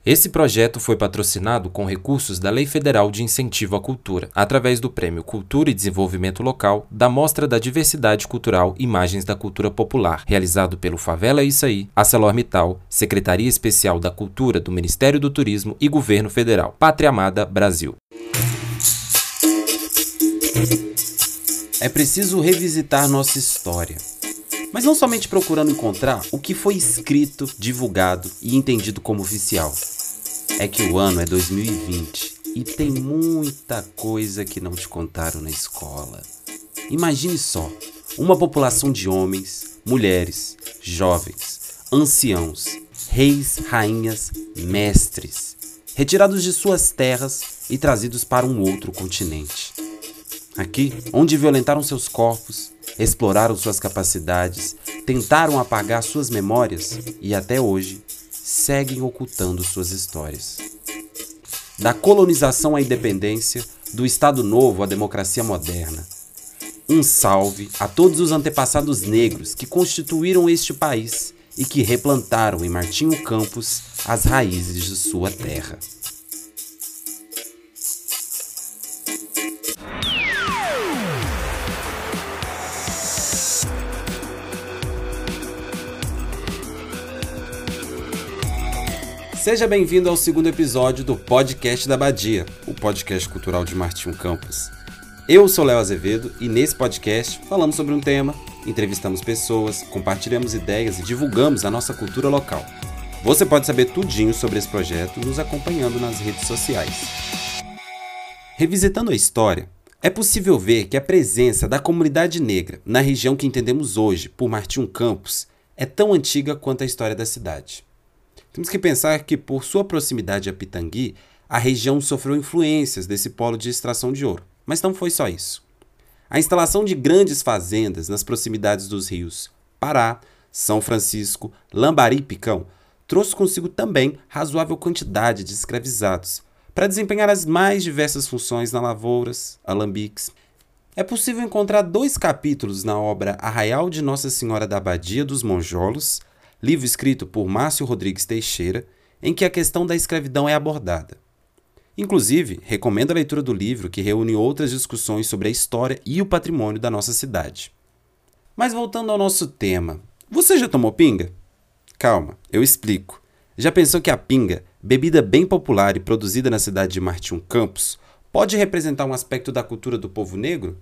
Esse projeto foi patrocinado com recursos da Lei Federal de Incentivo à Cultura, através do Prêmio Cultura e Desenvolvimento Local da Mostra da Diversidade Cultural Imagens da Cultura Popular, realizado pelo Favela Issaí, ArcelorMittal, Secretaria Especial da Cultura do Ministério do Turismo e Governo Federal. Pátria Amada, Brasil. É preciso revisitar nossa história, mas não somente procurando encontrar o que foi escrito, divulgado e entendido como oficial. É que o ano é 2020 e tem muita coisa que não te contaram na escola. Imagine só, uma população de homens, mulheres, jovens, anciãos, reis, rainhas, mestres, retirados de suas terras e trazidos para um outro continente. Aqui, onde violentaram seus corpos, exploraram suas capacidades, tentaram apagar suas memórias e até hoje seguem ocultando suas histórias. Da colonização à independência, do Estado Novo à democracia moderna. Um salve a todos os antepassados negros que constituíram este país e que replantaram em Martinho Campos as raízes de sua terra. Seja bem-vindo ao segundo episódio do Podcast da Abadia, o podcast cultural de Martinho Campos. Eu sou Léo Azevedo e nesse podcast falamos sobre um tema, entrevistamos pessoas, compartilhamos ideias e divulgamos a nossa cultura local. Você pode saber tudinho sobre esse projeto nos acompanhando nas redes sociais. Revisitando a história, é possível ver que a presença da comunidade negra na região que entendemos hoje por Martinho Campos é tão antiga quanto a história da cidade. Temos que pensar que, por sua proximidade a Pitangui, a região sofreu influências desse polo de extração de ouro. Mas não foi só isso. A instalação de grandes fazendas nas proximidades dos rios Pará, São Francisco, Lambari e Picão trouxe consigo também razoável quantidade de escravizados para desempenhar as mais diversas funções na lavouras, alambiques. É possível encontrar 2 capítulos na obra Arraial de Nossa Senhora da Abadia dos Monjolos, livro escrito por Márcio Rodrigues Teixeira, em que a questão da escravidão é abordada. Inclusive, recomendo a leitura do livro, que reúne outras discussões sobre a história e o patrimônio da nossa cidade. Mas voltando ao nosso tema, você já tomou pinga? Calma, eu explico. Já pensou que a pinga, bebida bem popular e produzida na cidade de Martinho Campos, pode representar um aspecto da cultura do povo negro?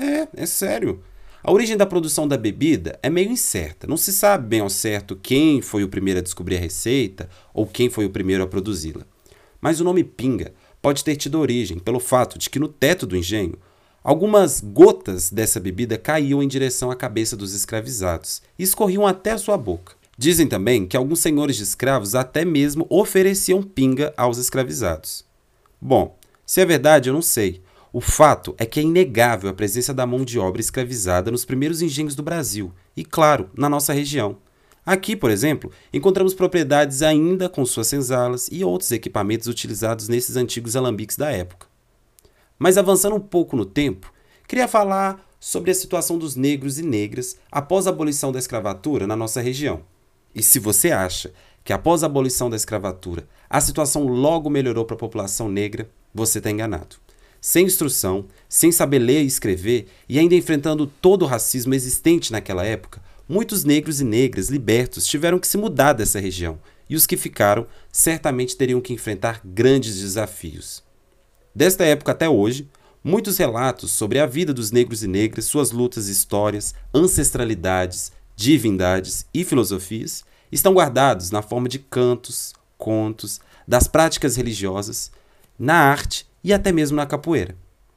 É sério. A origem da produção da bebida é meio incerta. Não se sabe bem ao certo quem foi o primeiro a descobrir a receita ou quem foi o primeiro a produzi-la. Mas o nome pinga pode ter tido origem pelo fato de que no teto do engenho, algumas gotas dessa bebida caíam em direção à cabeça dos escravizados e escorriam até a sua boca. Dizem também que alguns senhores de escravos até mesmo ofereciam pinga aos escravizados. Bom, se é verdade eu não sei. O fato é que é inegável a presença da mão de obra escravizada nos primeiros engenhos do Brasil e, claro, na nossa região. Aqui, por exemplo, encontramos propriedades ainda com suas senzalas e outros equipamentos utilizados nesses antigos alambiques da época. Mas avançando um pouco no tempo, queria falar sobre a situação dos negros e negras após a abolição da escravatura na nossa região. E se você acha que após a abolição da escravatura a situação logo melhorou para a população negra, você está enganado. Sem instrução, sem saber ler e escrever e ainda enfrentando todo o racismo existente naquela época, muitos negros e negras libertos tiveram que se mudar dessa região e os que ficaram certamente teriam que enfrentar grandes desafios. Desta época até hoje, muitos relatos sobre a vida dos negros e negras, suas lutas, histórias, ancestralidades, divindades e filosofias estão guardados na forma de cantos, contos, das práticas religiosas, na arte e até mesmo na capoeira.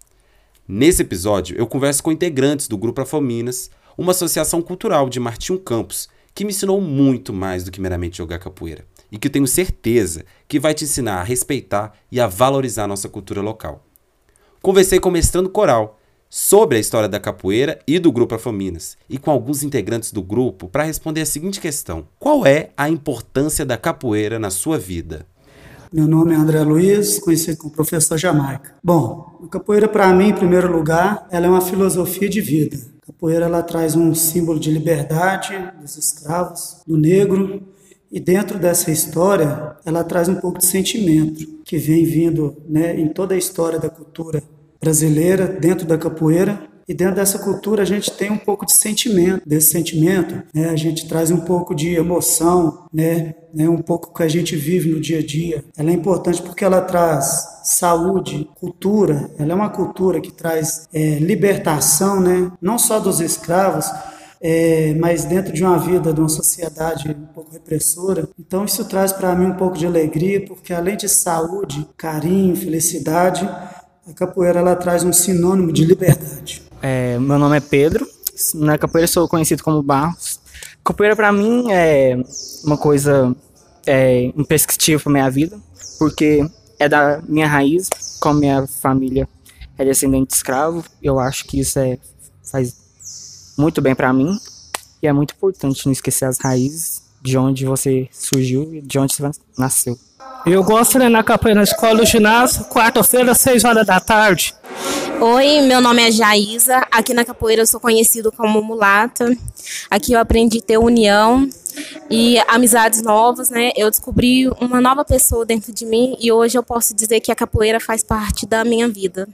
Nesse episódio, eu converso com integrantes do Grupo Afrominas, uma associação cultural de Martinho Campos, que me ensinou muito mais do que meramente jogar capoeira, e que eu tenho certeza que vai te ensinar a respeitar e a valorizar nossa cultura local. Conversei com o mestrando coral sobre a história da capoeira e do Grupo Afrominas, e com alguns integrantes do grupo para responder a seguinte questão: qual é a importância da capoeira na sua vida? Meu nome é André Luiz, conhecido como Professor Jamaica. Bom, a capoeira, para mim, em primeiro lugar, ela é uma filosofia de vida. A capoeira ela traz um símbolo de liberdade dos escravos, do negro, E dentro dessa história, ela traz um pouco de sentimento, que vem vindo, né, em toda a história da cultura brasileira, dentro da capoeira. E dentro dessa cultura a gente tem um pouco de sentimento. Desse sentimento, né, a gente traz um pouco de emoção, né, um pouco que a gente vive no dia a dia. Ela é importante porque ela traz saúde, cultura. Ela é uma cultura que traz libertação, né, não só dos escravos, mas dentro de uma vida, de uma sociedade um pouco repressora. Então isso traz para mim um pouco de alegria, porque além de saúde, carinho, felicidade, a capoeira ela traz um sinônimo de liberdade. Meu nome é Pedro, na capoeira sou conhecido como Barros. Capoeira para mim é uma coisa imprescritível para minha vida, porque é da minha raiz, como minha família é descendente de escravo. Eu acho que isso faz muito bem para mim, e é muito importante não esquecer as raízes de onde você surgiu e de onde você nasceu. Eu gosto de treinar capoeira na escola do ginásio, quarta-feira, 6 horas da tarde. Oi, meu nome é Jaísa. Aqui na capoeira eu sou conhecido como mulata. Aqui eu aprendi a ter união e amizades novas, né? Eu descobri uma nova pessoa dentro de mim e hoje eu posso dizer que a capoeira faz parte da minha vida.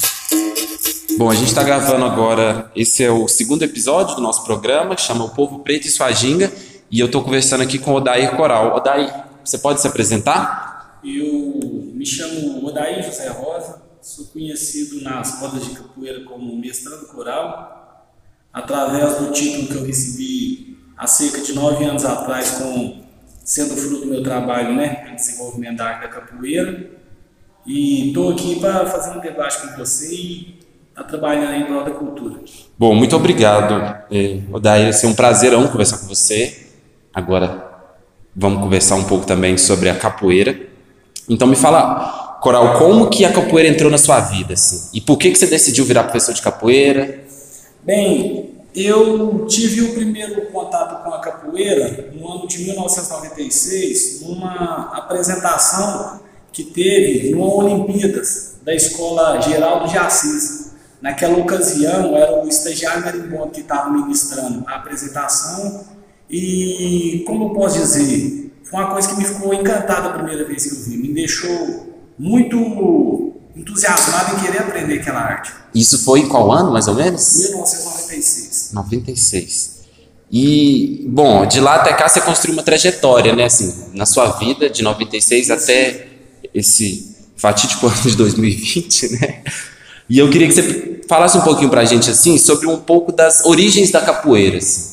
Bom, a gente está gravando agora, esse é o segundo episódio do nosso programa, chama O Povo Preto e Sua Ginga, e eu estou conversando aqui com o Odair Coral. Odair, você pode se apresentar? Eu me chamo Odair José Rosa, sou conhecido nas rodas de capoeira como mestrando coral, através do título que eu recebi há cerca de 9 anos atrás, sendo fruto do meu trabalho, né, em desenvolvimento da arte da capoeira. E estou aqui para fazer um debate com você e estar trabalhando em prol da cultura. Bom, muito obrigado, Odair. É um prazerão conversar com você. Agora vamos conversar um pouco também sobre a capoeira. Então me fala, Coral, como que a capoeira entrou na sua vida, assim? E por que você decidiu virar professor de capoeira? Bem, eu tive o primeiro contato com a capoeira no ano de 1996, numa apresentação que teve numa Olimpíadas da Escola Geraldo de Assis. Naquela ocasião, era o estagiário marimbondo que estava ministrando a apresentação e, como eu posso dizer, foi uma coisa que me ficou encantada a primeira vez que eu vi, me deixou muito entusiasmado em querer aprender aquela arte. Isso foi em qual ano, mais ou menos? 1996. 96. E, bom, de lá até cá você construiu uma trajetória, né, assim, na sua vida, de 96 até esse fatídico ano de 2020, né? E eu queria que você falasse um pouquinho pra gente, assim, sobre um pouco das origens da capoeira, assim.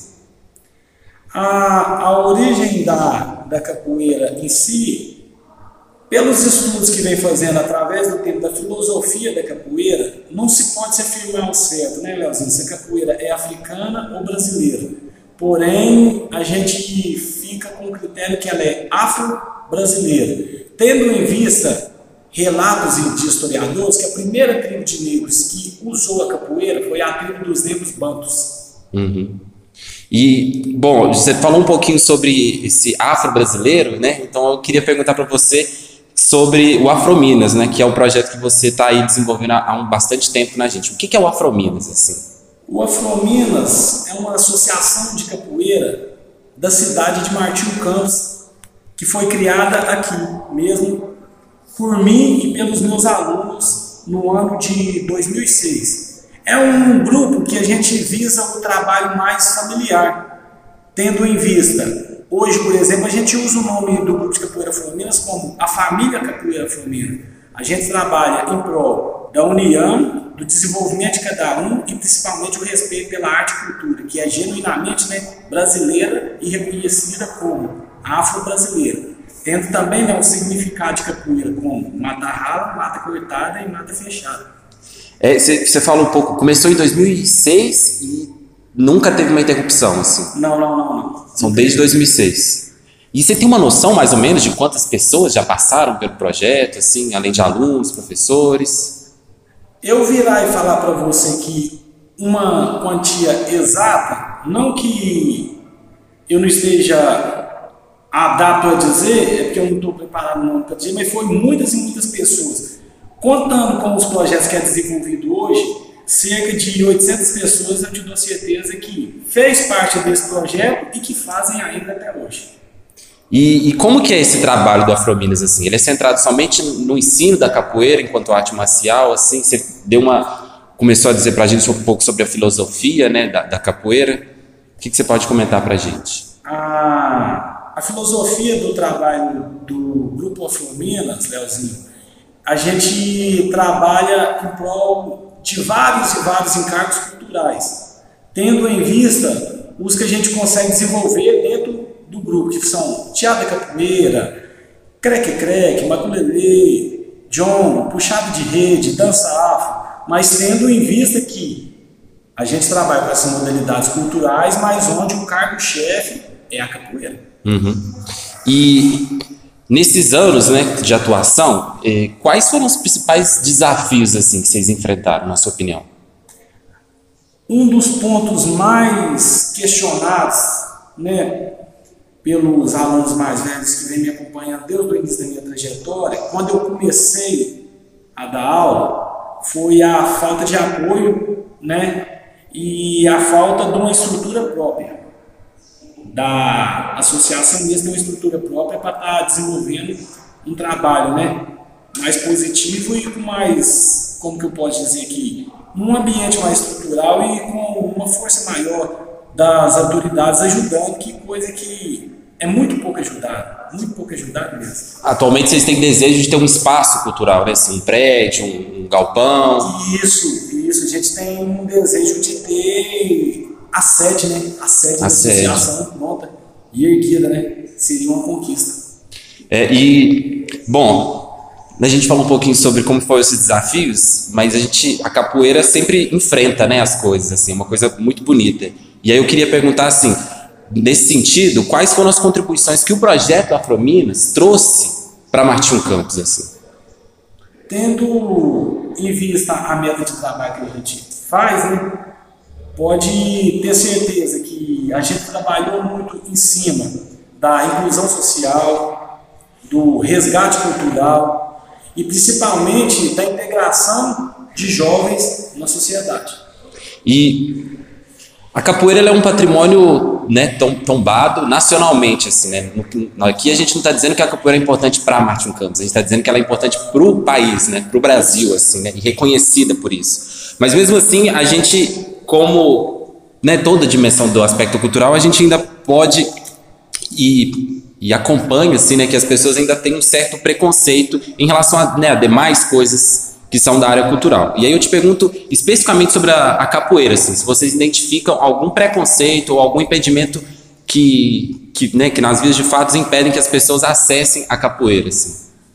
A origem da capoeira em si, pelos estudos que vem fazendo através do tempo da filosofia da capoeira, não se pode se afirmar ao certo, né, Leozinho, se a capoeira é africana ou brasileira. Porém, a gente fica com o critério que ela é afro-brasileira, tendo em vista relatos de historiadores que a primeira tribo de negros que usou a capoeira foi a tribo dos negros bantus. Uhum. E, bom, você falou um pouquinho sobre esse afro-brasileiro, né? Então eu queria perguntar para você sobre o Afrominas, né? Que é um projeto que você está aí desenvolvendo há bastante tempo na gente. O que é o Afrominas, assim? O Afrominas é uma associação de capoeira da cidade de Martinho Campos, que foi criada aqui mesmo por mim e pelos meus alunos no ano de 2006. É um grupo que a gente visa o trabalho mais familiar, tendo em vista, hoje, por exemplo, a gente usa o nome do grupo de capoeira Afrominas como a família Capoeira Afromina. A gente trabalha em prol da união, do desenvolvimento de cada um e principalmente o respeito pela arte e cultura, que é genuinamente, né, brasileira e reconhecida como afro-brasileira. Tendo também, né, o significado de capoeira como mata rala, mata cortada e mata fechada. Você fala um pouco, começou em 2006 e nunca teve uma interrupção, assim? Não. São desde 2006. E você tem uma noção, mais ou menos, de quantas pessoas já passaram pelo projeto, assim, além de alunos, professores? Eu virar e falar para você que uma quantia exata, não que eu não esteja adapto a dizer, é porque eu não estou preparado para dizer, mas foi muitas e muitas pessoas. Contando com os projetos que é desenvolvido hoje, cerca de 800 pessoas, eu te dou certeza que fez parte desse projeto e que fazem ainda até hoje. E como que é esse trabalho do Afrominas, assim? Ele é centrado somente no ensino da capoeira enquanto arte marcial, assim? Você começou a dizer pra gente um pouco sobre a filosofia, né, da capoeira. O que você pode comentar pra gente? A filosofia do trabalho do Grupo Afrominas, Leozinho, a gente trabalha em prol de vários e vários encargos culturais, tendo em vista os que a gente consegue desenvolver dentro do grupo, que são teatro da capoeira, creque-creque, maculelê, John, puxada de rede, dança afro, mas tendo em vista que a gente trabalha com essas modalidades culturais, mas onde o cargo-chefe é a capoeira. Uhum. E nesses anos, né, de atuação, quais foram os principais desafios assim, que vocês enfrentaram, na sua opinião? Um dos pontos mais questionados, né, pelos alunos mais velhos que vêm me acompanhando desde o início da minha trajetória, quando eu comecei a dar aula, foi a falta de apoio, né, e a falta de uma estrutura própria. Da associação mesmo tem uma estrutura própria para estar desenvolvendo um trabalho, né, mais positivo e com mais, como que eu posso dizer aqui, num ambiente mais estrutural e com uma força maior das autoridades ajudando, que coisa que é muito pouco ajudada mesmo. Atualmente vocês têm desejo de ter um espaço cultural, né? Assim, um prédio, um galpão. Isso, a gente tem um desejo de ter a sede, né? A sede da associação pronta e erguida, né? Seria uma conquista. Bom, a gente falou um pouquinho sobre como foram esses desafios, mas a capoeira sempre enfrenta, né, as coisas, assim, uma coisa muito bonita. E aí eu queria perguntar assim, nesse sentido, quais foram as contribuições que o projeto Afrominas trouxe para Martinho Campos, assim? Tendo em vista a meta de trabalho que a gente faz, né, pode ter certeza que a gente trabalhou muito em cima da inclusão social, do resgate cultural e principalmente da integração de jovens na sociedade. E a capoeira ela é um patrimônio, né, tombado nacionalmente, assim, né? Aqui a gente não está dizendo que a capoeira é importante para Martinho Campos, a gente está dizendo que ela é importante para o país, né, para o Brasil, assim, né, e reconhecida por isso. Mas mesmo assim, a gente, como, né, toda a dimensão do aspecto cultural, a gente ainda pode e acompanha, assim, né, que as pessoas ainda têm um certo preconceito em relação a, né, a demais coisas que são da área cultural. E aí eu te pergunto especificamente sobre a capoeira, assim, se vocês identificam algum preconceito ou algum impedimento que nas vias de fato impedem que as pessoas acessem a capoeira. Assim.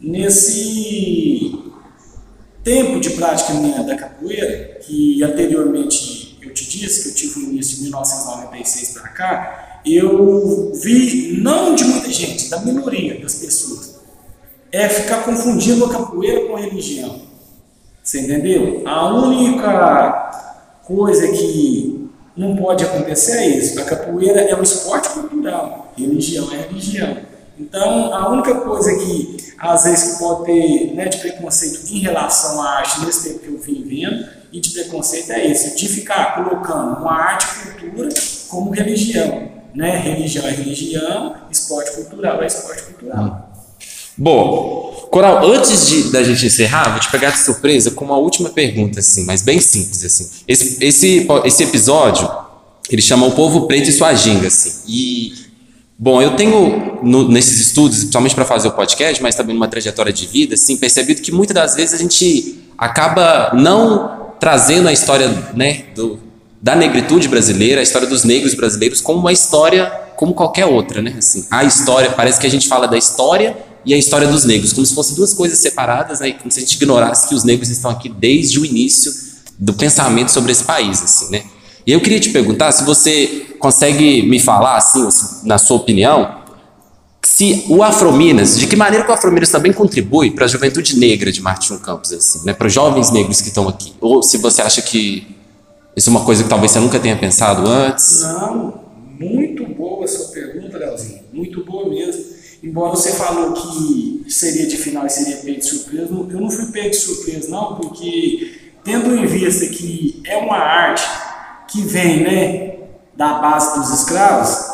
Nesse tempo de prática minha da capoeira, que anteriormente eu te disse que eu tive no início de 1996 para cá, eu vi, não de muita gente, da minoria das pessoas, ficar confundindo a capoeira com a religião. Você entendeu? A única coisa que não pode acontecer é isso. A capoeira é um esporte cultural, religião é religião. Então, a única coisa que, às vezes, que pode ter, né, de preconceito em relação à arte, nesse tempo que eu vim vendo, e de preconceito é esse, de ficar colocando uma arte e cultura como religião. Né? Religião é religião, esporte cultural é esporte cultural. Bom, Coral, antes da gente encerrar, vou te pegar de surpresa com uma última pergunta, assim, mas bem simples, assim. Esse episódio, ele chama O Povo Preto e Sua Ginga, assim. E, bom, eu tenho, nesses estudos, principalmente para fazer o podcast, mas também numa trajetória de vida, assim, percebido que muitas das vezes a gente acaba não trazendo a história, né, da negritude brasileira, a história dos negros brasileiros, como uma história como qualquer outra, né? Assim, a história, parece que a gente fala da história e a história dos negros, como se fossem duas coisas separadas, né? Como se a gente ignorasse que os negros estão aqui desde o início do pensamento sobre esse país, assim, né? E eu queria te perguntar se você consegue me falar, assim, na sua opinião, se o Afrominas, de que maneira que o Afrominas também contribui para a juventude negra de Martinho Campos, assim, né? Para os jovens negros que estão aqui, ou se você acha que isso é uma coisa que talvez você nunca tenha pensado antes? Não, muito boa a sua pergunta, Leozinho, muito boa mesmo. Embora você falou que seria de final e seria pego de surpresa, eu não fui pego de surpresa não, porque tendo em vista que é uma arte que vem, né, da base dos escravos,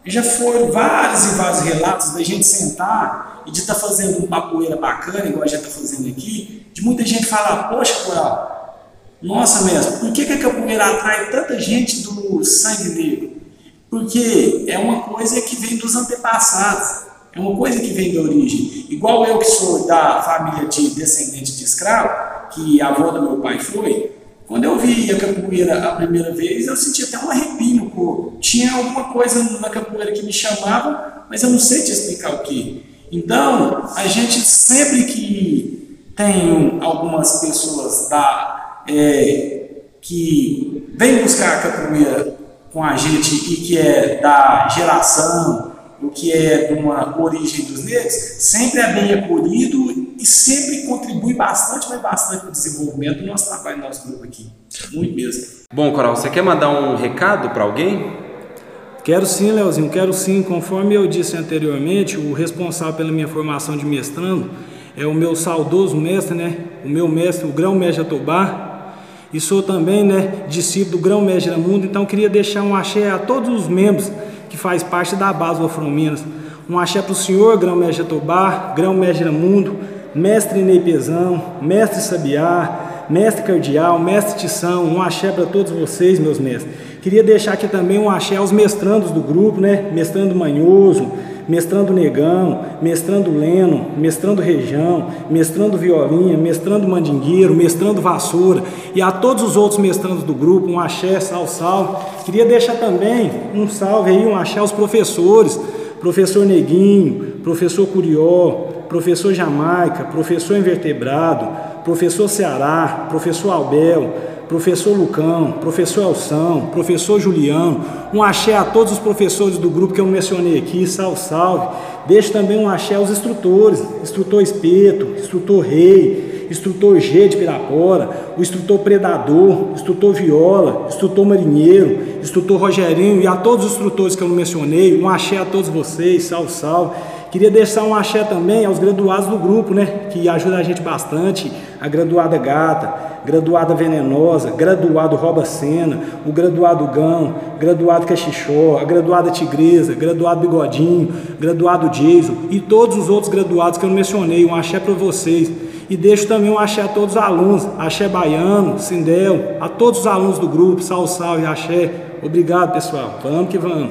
Já foram vários e vários relatos da gente sentar e de estar fazendo uma capoeira bacana, igual a gente está fazendo aqui, de muita gente falar, poxa, Coral, nossa, mestre, por que a capoeira atrai tanta gente do sangue negro? Porque é uma coisa que vem dos antepassados, é uma coisa que vem da origem. Igual eu que sou da família de descendente de escravo, que a avó do meu pai foi, quando eu vi a capoeira a primeira vez, eu senti até um arrepio no corpo. Tinha alguma coisa na capoeira que me chamava, mas eu não sei te explicar o que. Então, a gente sempre que tem algumas pessoas que vêm buscar a capoeira com a gente e que é da geração, o que é de uma origem dos negros, sempre é bem acolhido e sempre contribui bastante, mas bastante para o desenvolvimento do nosso trabalho, do nosso grupo aqui. Muito mesmo. Bom, Coral, você quer mandar um recado para alguém? Quero sim, Leozinho, quero sim. Conforme eu disse anteriormente, o responsável pela minha formação de mestrando é o meu saudoso mestre, né? O meu mestre, o Grão-Mestre Jatobá, e sou também, né, discípulo do Grão-Mestre Geramundo. Então queria deixar um axé a todos os membros que faz parte da base do Afrominas. Um axé para o senhor Grão-Mestre Jatobá, Grão-Mestre Geramundo, mestre Ney Pezão, mestre Sabiá, mestre Cardial, mestre Tição. Um axé para todos vocês, meus mestres. Queria deixar aqui também um axé aos mestrandos do grupo, né? Mestrando Manhoso, mestrando Negão, mestrando Leno, mestrando Rejão, mestrando Violinha, mestrando Mandingueiro, mestrando Vassoura e a todos os outros mestrandos do grupo, um axé, salve. Queria deixar também um salve aí, um axé aos professores, professor Neguinho, professor Curió, professor Jamaica, professor Invertebrado, professor Ceará, professor Albel, professor Lucão, professor Elção, professor Juliano, um axé a todos os professores do grupo que eu mencionei aqui, salve. Deixo também um axé aos instrutores, instrutor Espeto, instrutor Rei, instrutor G de Pirapora, o instrutor Predador, instrutor Viola, instrutor Marinheiro, instrutor Rogerinho e a todos os instrutores que eu não mencionei, um axé a todos vocês, salve. Queria deixar um axé também aos graduados do grupo, né, que ajuda a gente bastante, a graduada Gata, graduada Venenosa, graduado Roba Sena, o graduado Gão, graduado Caxixó, a graduada Tigresa, graduado Bigodinho, graduado Jason e todos os outros graduados que eu não mencionei, um axé para vocês. E deixo também um axé a todos os alunos, axé Baiano, Sindel, a todos os alunos do grupo, salve, axé. Obrigado, pessoal. Vamos que vamos.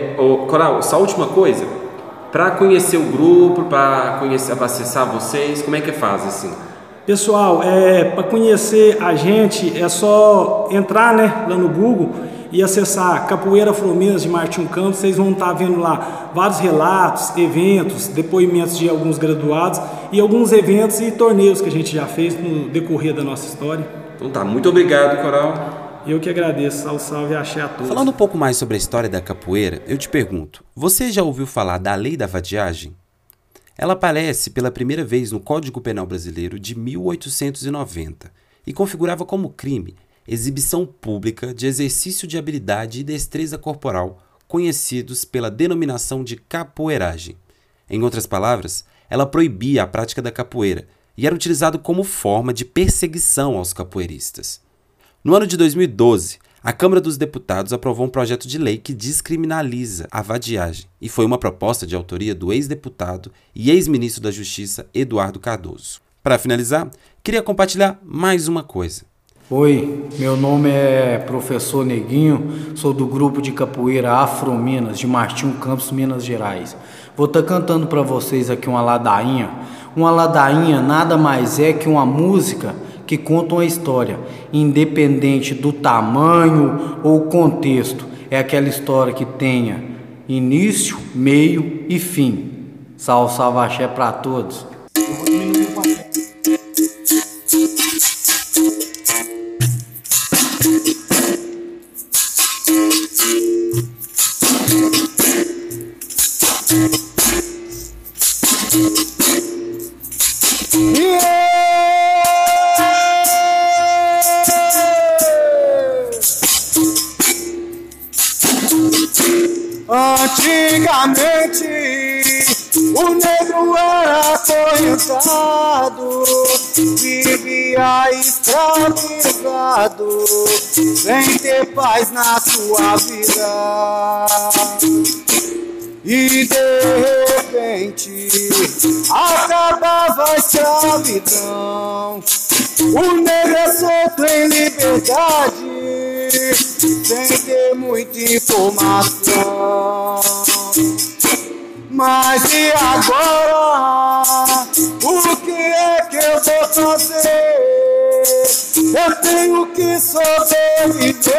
Coral, só a última coisa. Para conhecer o grupo, para acessar vocês, como é que faz assim? Pessoal, para conhecer a gente é só entrar, né, lá no Google e acessar Capoeira Afrominas de Martinho Campos. Vocês vão estar vendo lá vários relatos, eventos, depoimentos de alguns graduados e alguns eventos e torneios que a gente já fez no decorrer da nossa história. Então tá, muito obrigado, Coral. Eu que agradeço, salve e axé a todos. Falando um pouco mais sobre a história da capoeira, eu te pergunto, você já ouviu falar da Lei da Vadiagem? Ela aparece pela primeira vez no Código Penal Brasileiro de 1890 e configurava como crime exibição pública de exercício de habilidade e destreza corporal, conhecidos pela denominação de capoeiragem. Em outras palavras, ela proibia a prática da capoeira e era utilizado como forma de perseguição aos capoeiristas. No ano de 2012, a Câmara dos Deputados aprovou um projeto de lei que descriminaliza a vadiagem e foi uma proposta de autoria do ex-deputado e ex-ministro da Justiça Eduardo Cardoso. Para finalizar, queria compartilhar mais uma coisa. Oi, meu nome é professor Neguinho, sou do grupo de capoeira Afrominas de Martinho Campos, Minas Gerais. Vou estar cantando para vocês aqui uma ladainha. Uma ladainha nada mais é que uma música que conta uma história, independente do tamanho ou contexto. É aquela história que tenha início, meio e fim. Salve axé para todos. Antigamente o negro era acorrentado, vivia escravizado, sem ter paz na sua vida. e de repente acabava a escravidão. O negro é solto em liberdade, sem ter muita informação. Mas e agora? O que é que eu vou fazer? Eu tenho que sobreviver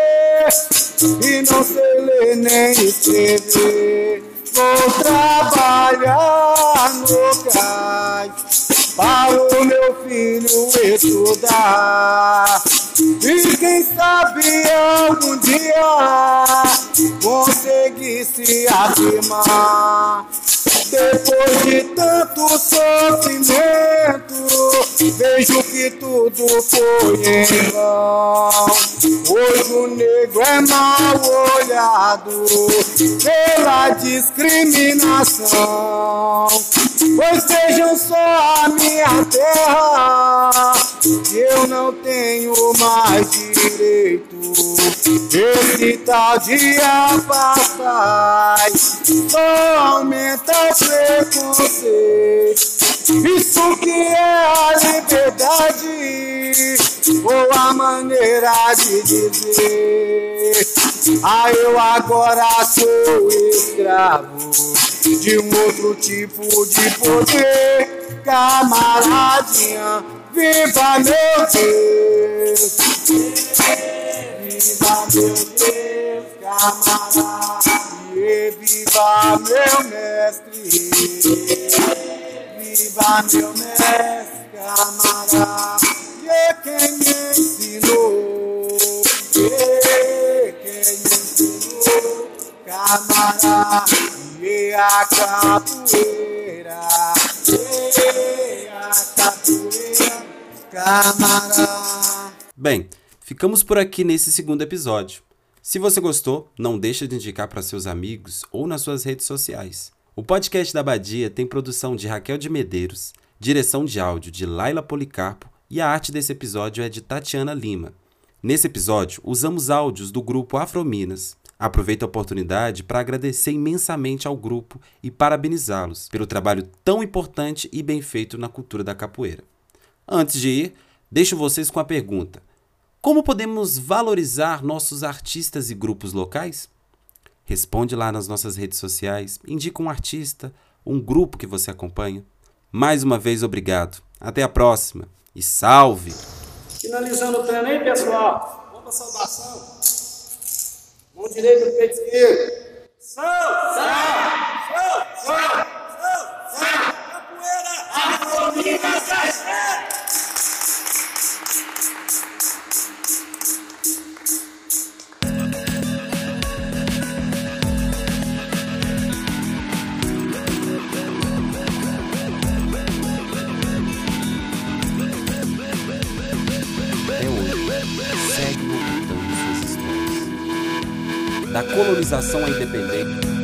e não sei ler nem escrever. Vou trabalhar no cais para o meu filho estudar. E quem sabe algum dia conseguir se afirmar. Depois de tanto sofrimento, vejo que tudo foi em vão. Hoje o negro é mal olhado pela discriminação. Pois vejam só a minha terra, que eu não tenho mais direito. Esse tal de apartheid só aumenta o preconceito. Isso que é a liberdade, ou a maneira de dizer: ah, eu agora sou escravo de um outro tipo de poder. Camaradinha, viva meu Deus! Viva meu Deus, camarada! E viva meu mestre! Viva meu mestre, camarada! E quem me ensinou? Quem me ensinou, camarada? E a capoeira, camarada. Bem, ficamos por aqui nesse segundo episódio. Se você gostou, não deixe de indicar para seus amigos ou nas suas redes sociais. O podcast da Abadia tem produção de Raquel de Medeiros, direção de áudio de Laila Policarpo e a arte desse episódio é de Tatiana Lima. Nesse episódio, usamos áudios do grupo Afrominas. Aproveito a oportunidade para agradecer imensamente ao grupo e parabenizá-los pelo trabalho tão importante e bem feito na cultura da capoeira. Antes de ir, deixo vocês com a pergunta: como podemos valorizar nossos artistas e grupos locais? Responde lá nas nossas redes sociais, indica um artista, um grupo que você acompanha. Mais uma vez, obrigado. Até a próxima e salve! Finalizando o treino aí, pessoal. Vamos para a saudação. Mão direita no peito esquerdo. Capoeira! Afrominas da Esquerda! Da colonização à independência.